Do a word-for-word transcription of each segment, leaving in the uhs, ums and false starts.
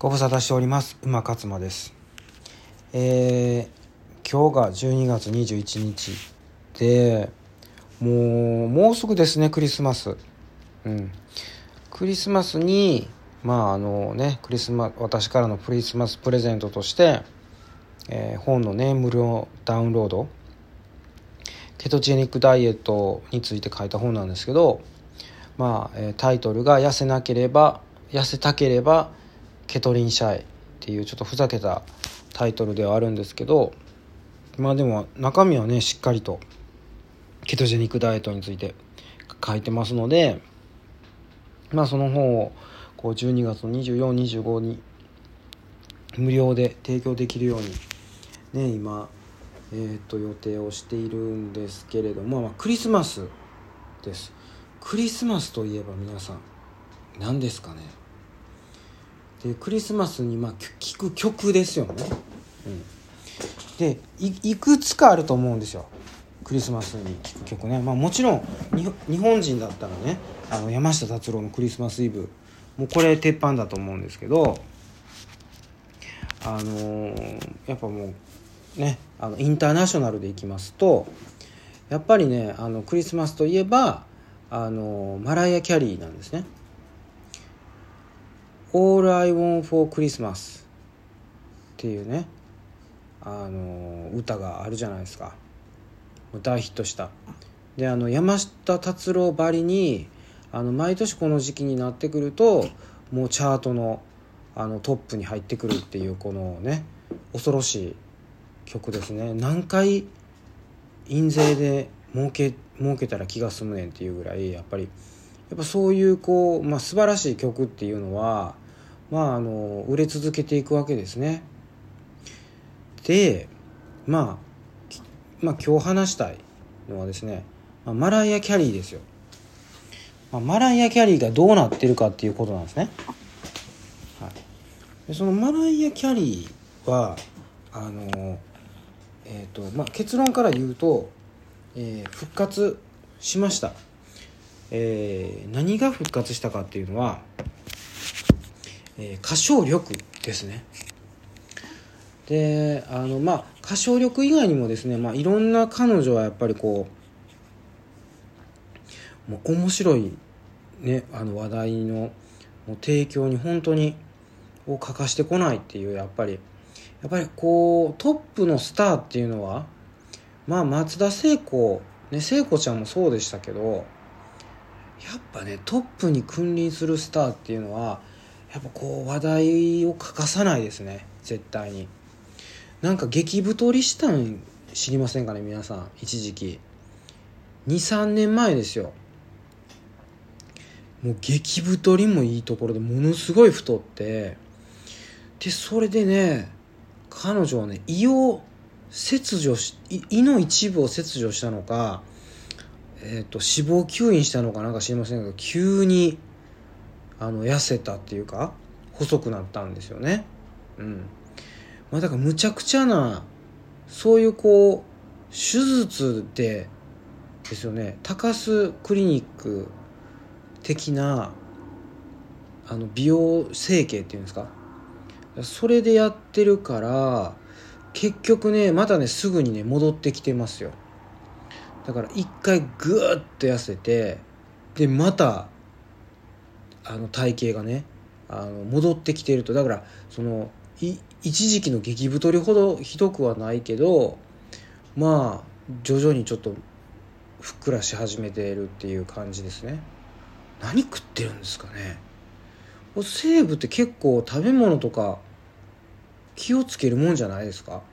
ご無沙汰しております。馬勝馬です。えー、今日がじゅうにがつにじゅういちにちで、もうもうすぐですね、クリスマス。うん、クリスマスにまああのねクリスマ私からのクリスマスプレゼントとして、えー、本のね無料ダウンロード、ケトジェニックダイエットについて書いた本なんですけど、まあ、えー、タイトルが痩せなければ痩せたければケトリンシャイっていうちょっとふざけたタイトルではあるんですけど、まあでも中身はねしっかりとケトジェニックダイエットについて書いてますので、まあその本をこうじゅうにがつのにじゅうよん、にじゅうごに無料で提供できるようにね今えー、と予定をしているんですけれども、まあ、クリスマスです。クリスマスといえば皆さん何ですかね。でクリスマスにまあ聴く曲ですよね、うん、で い, いくつかあると思うんですよ、クリスマスに聴く曲ね。まあ、もちろん日本人だったらねあの山下達郎のクリスマスイブ、もうこれ鉄板だと思うんですけど、あのー、やっぱもうねあのインターナショナルでいきますと、やっぱりねあのクリスマスといえばあのマライア・キャリーなんですね。 All I Want for Christmas っていうねあの歌があるじゃないですか。大ヒットしたで、あの山下達郎ばりにあの毎年この時期になってくるともうチャートのあのトップに入ってくるっていうこのね恐ろしい曲ですね。何回印税で儲け儲けたら気が済むねんっていうぐらいやっぱりやっぱそういうこう、まあ、素晴らしい曲っていうのはまああの売れ続けていくわけですね。で、まあ、まあ今日話したいのはですね、まあ、マライア・キャリーですよ。まあ、マライア・キャリーがどうなってるかっていうことなんですね。はい、でそのマライア・キャリーはあの、えーとまあ、結論から言うと、えー、復活しました。えー、何が復活したかっていうのは、えー、歌唱力ですね。であのまあ歌唱力以外にもですね、まあ、いろんな彼女はやっぱりこうもう面白い、ね、あの話題のもう提供に本当にを欠かしてこないっていう、やっぱりやっぱりこうトップのスターっていうのはまあ松田聖子ね、聖子ちゃんもそうでしたけど、やっぱねトップに君臨するスターっていうのはやっぱこう話題を欠かさないですね、絶対に。なんか激太りしたん知りませんかね皆さん。一時期 に,さん 年前ですよ、もう激太りもいいところでものすごい太って、でそれでね彼女はね胃を切除し胃の一部を切除したのか、えーと脂肪吸引したのかなんか知りませんけど、急にあの痩せたっていうか細くなったんですよね。うんまあ、だからむちゃくちゃなそういうこう手術でですよね、高須クリニック的なあの美容整形っていうんですか、それでやってるから結局ねまたねすぐにね戻ってきてますよ。だから一回グーッと痩せて、でまたあの体型がねあの戻ってきていると、だからそのい一時期の激太りほどひどくはないけど、まあ徐々にちょっとふっくらし始めているっていう感じですね。何食ってるんですかね。西武って結構食べ物とか気をつけるもんじゃないですか。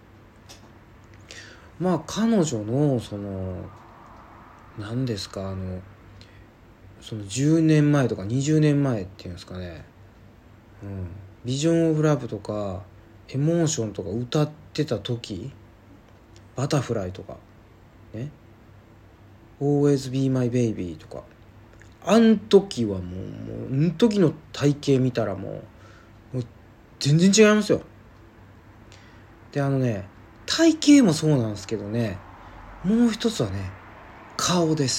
まあ彼女のその何ですかあのそのじゅうねんまえとかにじゅうねんまえっていうんですかね、うん、ビジョンオブラブとかエモーションとか歌ってた時、バタフライとかね Always be my baby とか、あん時はもう、もうあん時の体型見たらもう、もう全然違いますよ。であのね体型もそうなんですけどね、もう一つはね顔です。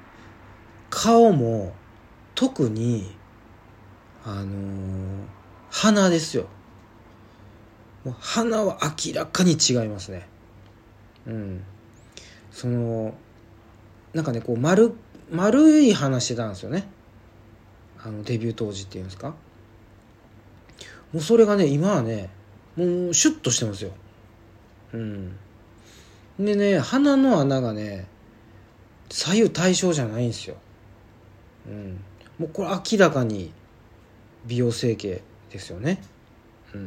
顔も特にあのー、 鼻ですよ。もう鼻は明らかに違いますね。うん。そのなんかねこう丸丸い鼻してたんですよね。あのデビュー当時っていうんですか。もうそれがね今はねもうシュッとしてますよ。うん。でね鼻の穴がね左右対称じゃないんですよ。うん。もうこれ明らかに美容整形ですよね。うん。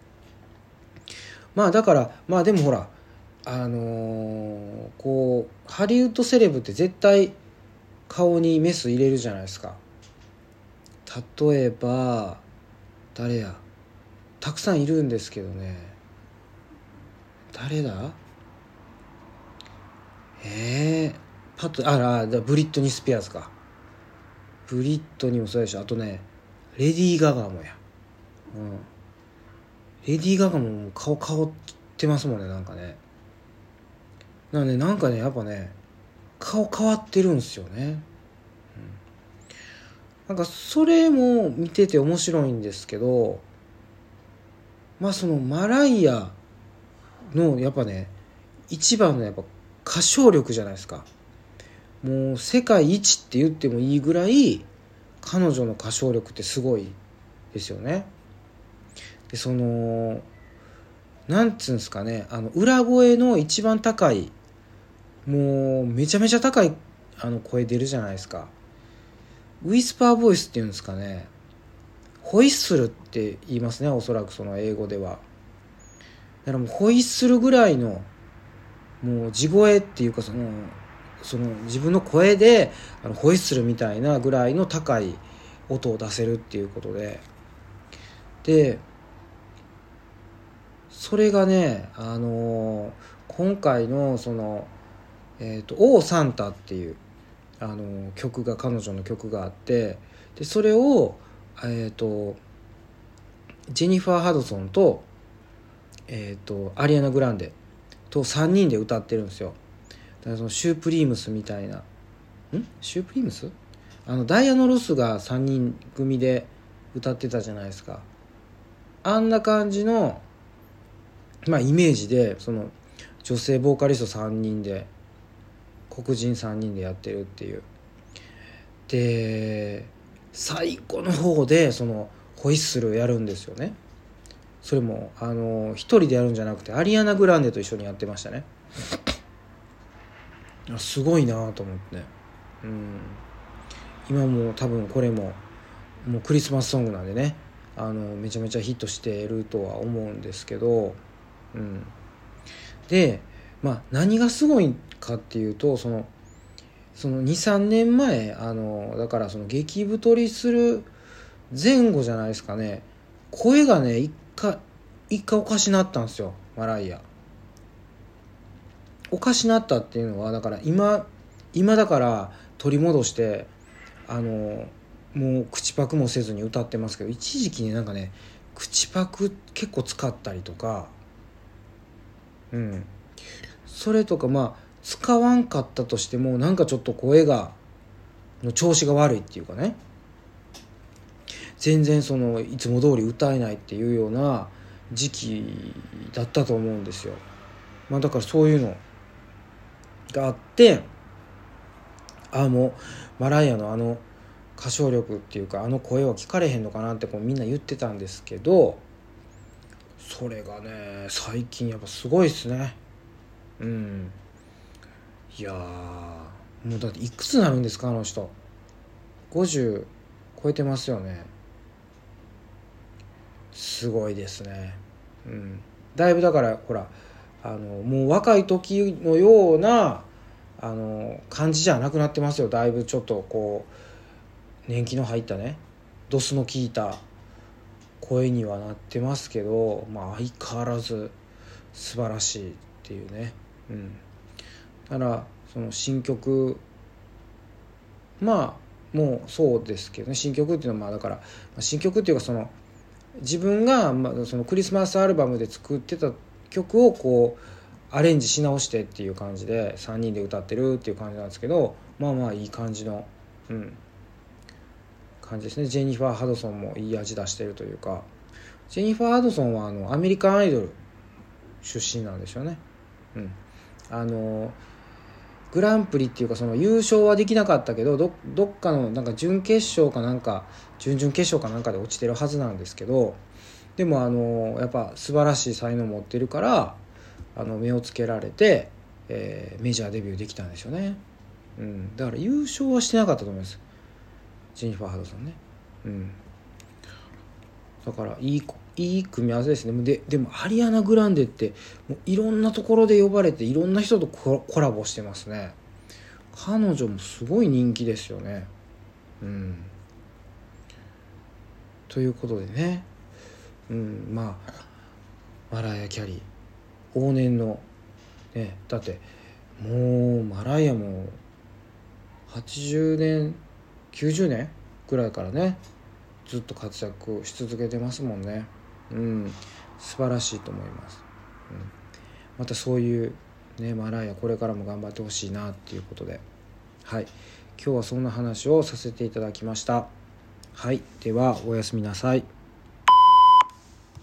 まあだからまあでもほらあのーこうハリウッドセレブって絶対顔にメス入れるじゃないですか。例えば誰やたくさんいるんですけどね。誰だえー、パッとあらブリットニー・スピアーズか。ブリットニーもそうでしょ。あとねレディー・ガガもや。うん。レディー・ガガも顔変わってますもんね。なんかねなんでなんかねやっぱね顔変わってるんですよね。なんかそれも見てて面白いんですけど、まあそのマライアのやっぱね一番のやっぱ歌唱力じゃないですか。もう世界一って言ってもいいぐらい彼女の歌唱力ってすごいですよね。でそのなんつうんですかねあの裏声の一番高いもうめちゃめちゃ高いあの声出るじゃないですか。ウィスパーボイスっていうんですかね。ホイッスルって言いますね、おそらくその英語では。だからもうホイッスルぐらいのもう地声っていうかそのその自分の声であのホイッスルみたいなぐらいの高い音を出せるっていうことで、でそれがねあのー今回のそのえっとオーサンタっていうあの曲が彼女の曲があって、でそれをえっとジェニファー・ハドソンとえっとアリアナ・グランデとさんにんで歌ってるんですよ。だからそのシュープリームスみたいなんシュープリームスあのダイアナ・ロスがさんにん組で歌ってたじゃないですか。あんな感じのまあイメージでその女性ボーカリストさんにんで黒人さんにんでやってるっていう。で最後の方でそのホイッスルやるんですよね。それもあの一人でやるんじゃなくてアリアナ・グランデと一緒にやってましたね。すごいなと思って、うん、今も多分これももうクリスマスソングなんでねあのめちゃめちゃヒットしているとは思うんですけど、うん、でまあ何がすごいかっていうとそのその にさんねんまえあのだからその激太りする前後じゃないですかね。声がね一回一回おかしなったんですよマライア。おかしなったっていうのはだから今今だから取り戻してあのもう口パクもせずに歌ってますけど、一時期ねなんかね口パク結構使ったりとか、うんそれとかまあ使わんかったとしてもなんかちょっと声がの調子が悪いっていうかね、全然そのいつも通り歌えないっていうような時期だったと思うんですよ。まあだからそういうのがあってああもうマライアのあの歌唱力っていうかあの声は聞かれへんのかなってこうみんな言ってたんですけど、それがね最近やっぱすごいっすね。うんいやもうだっていくつになるんですかあの人。ごじゅう超えてますよね。すごいですね。うんだいぶだからほらあのもう若い時のようなあの感じじゃなくなってますよ。だいぶちょっとこう年季の入ったねドスの効いた声にはなってますけど、まあ相変わらず素晴らしいっていうね。うんだからその新曲まあもうそうですけどね、新曲っていうのはまあだから新曲っていうかその自分がまあそのクリスマスアルバムで作ってた曲をこうアレンジし直してっていう感じでさんにんで歌ってるっていう感じなんですけど、まあまあいい感じの、うん、 感じですね。ジェニファー・ハドソンもいい味出してるというか、ジェニファー・ハドソンはあのアメリカンアイドル出身なんでしょうね。うん、あのグランプリっていうかその優勝はできなかったけど ど, どっかのなんか準決勝かなんか準々決勝かなんかで落ちてるはずなんですけど、でもあのやっぱ素晴らしい才能を持ってるからあの目をつけられて、えー、メジャーデビューできたんですよね。うん、だから優勝はしてなかったと思います、ジェニファー・ハドソンね。うん、だからいいいい組み合わせですね。で, でもアリアナ・グランデってもういろんなところで呼ばれていろんな人と コ, コラボしてますね。彼女もすごい人気ですよね。うん、ということでね、うん、まあマライア・キャリー往年の、ね、だってもうマライアもはちじゅうねんきゅうじゅうねんぐらいからねずっと活躍し続けてますもんね。うん、素晴らしいと思います。うん、またそういうねマライアこれからも頑張ってほしいなっていうことで、はい、今日はそんな話をさせていただきました。はい、ではおやすみなさい。